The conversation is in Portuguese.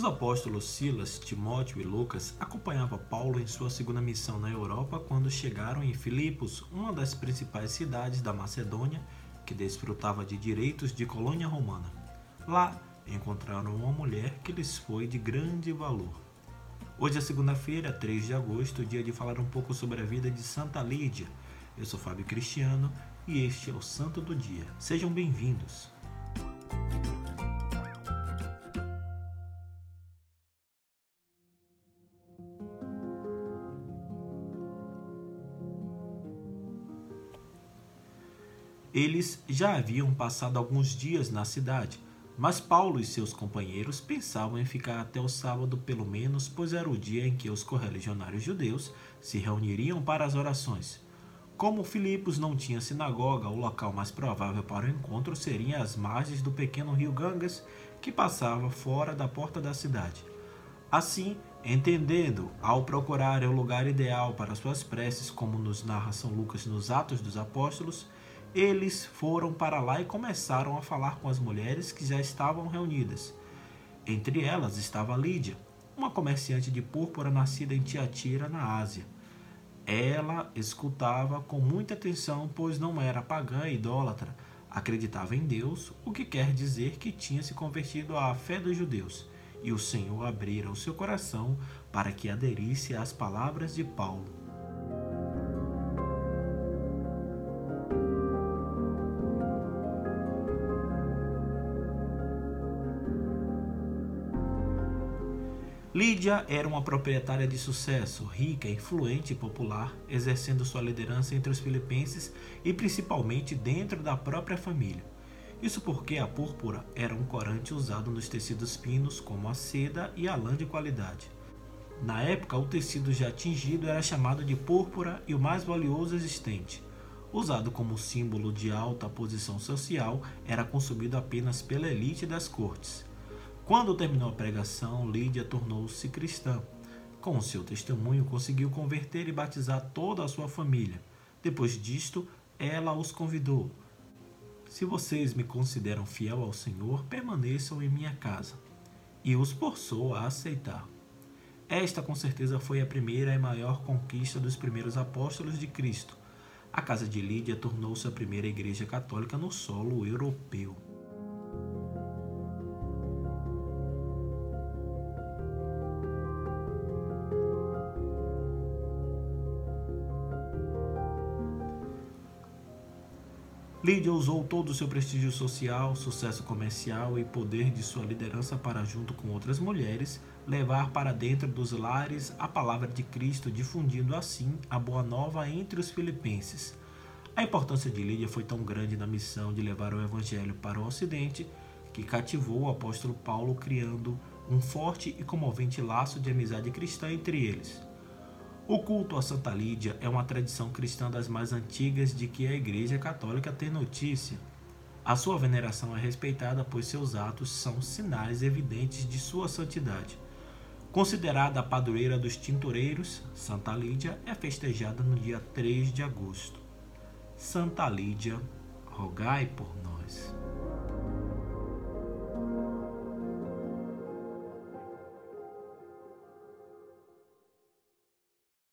Os apóstolos Silas, Timóteo e Lucas acompanhavam Paulo em sua segunda missão na Europa quando chegaram em Filipos, uma das principais cidades da Macedônia, que desfrutava de direitos de colônia romana. Lá, encontraram uma mulher que lhes foi de grande valor. Hoje é segunda-feira, 3 de agosto, dia de falar um pouco sobre a vida de Santa Lídia. Eu sou Fábio Cristiano e este é o Santo do Dia. Sejam bem-vindos. Eles já haviam passado alguns dias na cidade, mas Paulo e seus companheiros pensavam em ficar até o sábado pelo menos, pois era o dia em que os correligionários judeus se reuniriam para as orações. Como Filipos não tinha sinagoga, o local mais provável para o encontro seria às margens do pequeno rio Ganges, que passava fora da porta da cidade. Assim, entendendo, ao procurarem o lugar ideal para suas preces, como nos narra São Lucas nos Atos dos Apóstolos, eles foram para lá e começaram a falar com as mulheres que já estavam reunidas. Entre elas estava Lídia, uma comerciante de púrpura nascida em Tiatira, na Ásia. Ela escutava com muita atenção, pois não era pagã e idólatra, acreditava em Deus, o que quer dizer que tinha se convertido à fé dos judeus, e o Senhor abrira o seu coração para que aderisse às palavras de Paulo. Lídia era uma proprietária de sucesso, rica, influente e popular, exercendo sua liderança entre os filipenses e principalmente dentro da própria família. Isso porque a púrpura era um corante usado nos tecidos finos como a seda e a lã de qualidade. Na época, o tecido já tingido era chamado de púrpura e o mais valioso existente. Usado como símbolo de alta posição social, era consumido apenas pela elite das cortes. Quando terminou a pregação, Lídia tornou-se cristã. Com seu testemunho, conseguiu converter e batizar toda a sua família. Depois disto, ela os convidou: "Se vocês me consideram fiel ao Senhor, permaneçam em minha casa." E os forçou a aceitar. Esta, com certeza, foi a primeira e maior conquista dos primeiros apóstolos de Cristo. A casa de Lídia tornou-se a primeira igreja católica no solo europeu. Lídia usou todo o seu prestígio social, sucesso comercial e poder de sua liderança para, junto com outras mulheres, levar para dentro dos lares a palavra de Cristo, difundindo assim a boa nova entre os filipenses. A importância de Lídia foi tão grande na missão de levar o evangelho para o Ocidente, que cativou o apóstolo Paulo, criando um forte e comovente laço de amizade cristã entre eles. O culto a Santa Lídia é uma tradição cristã das mais antigas de que a Igreja Católica tem notícia. A sua veneração é respeitada, pois seus atos são sinais evidentes de sua santidade. Considerada a padroeira dos tintureiros, Santa Lídia é festejada no dia 3 de agosto. Santa Lídia, rogai por nós.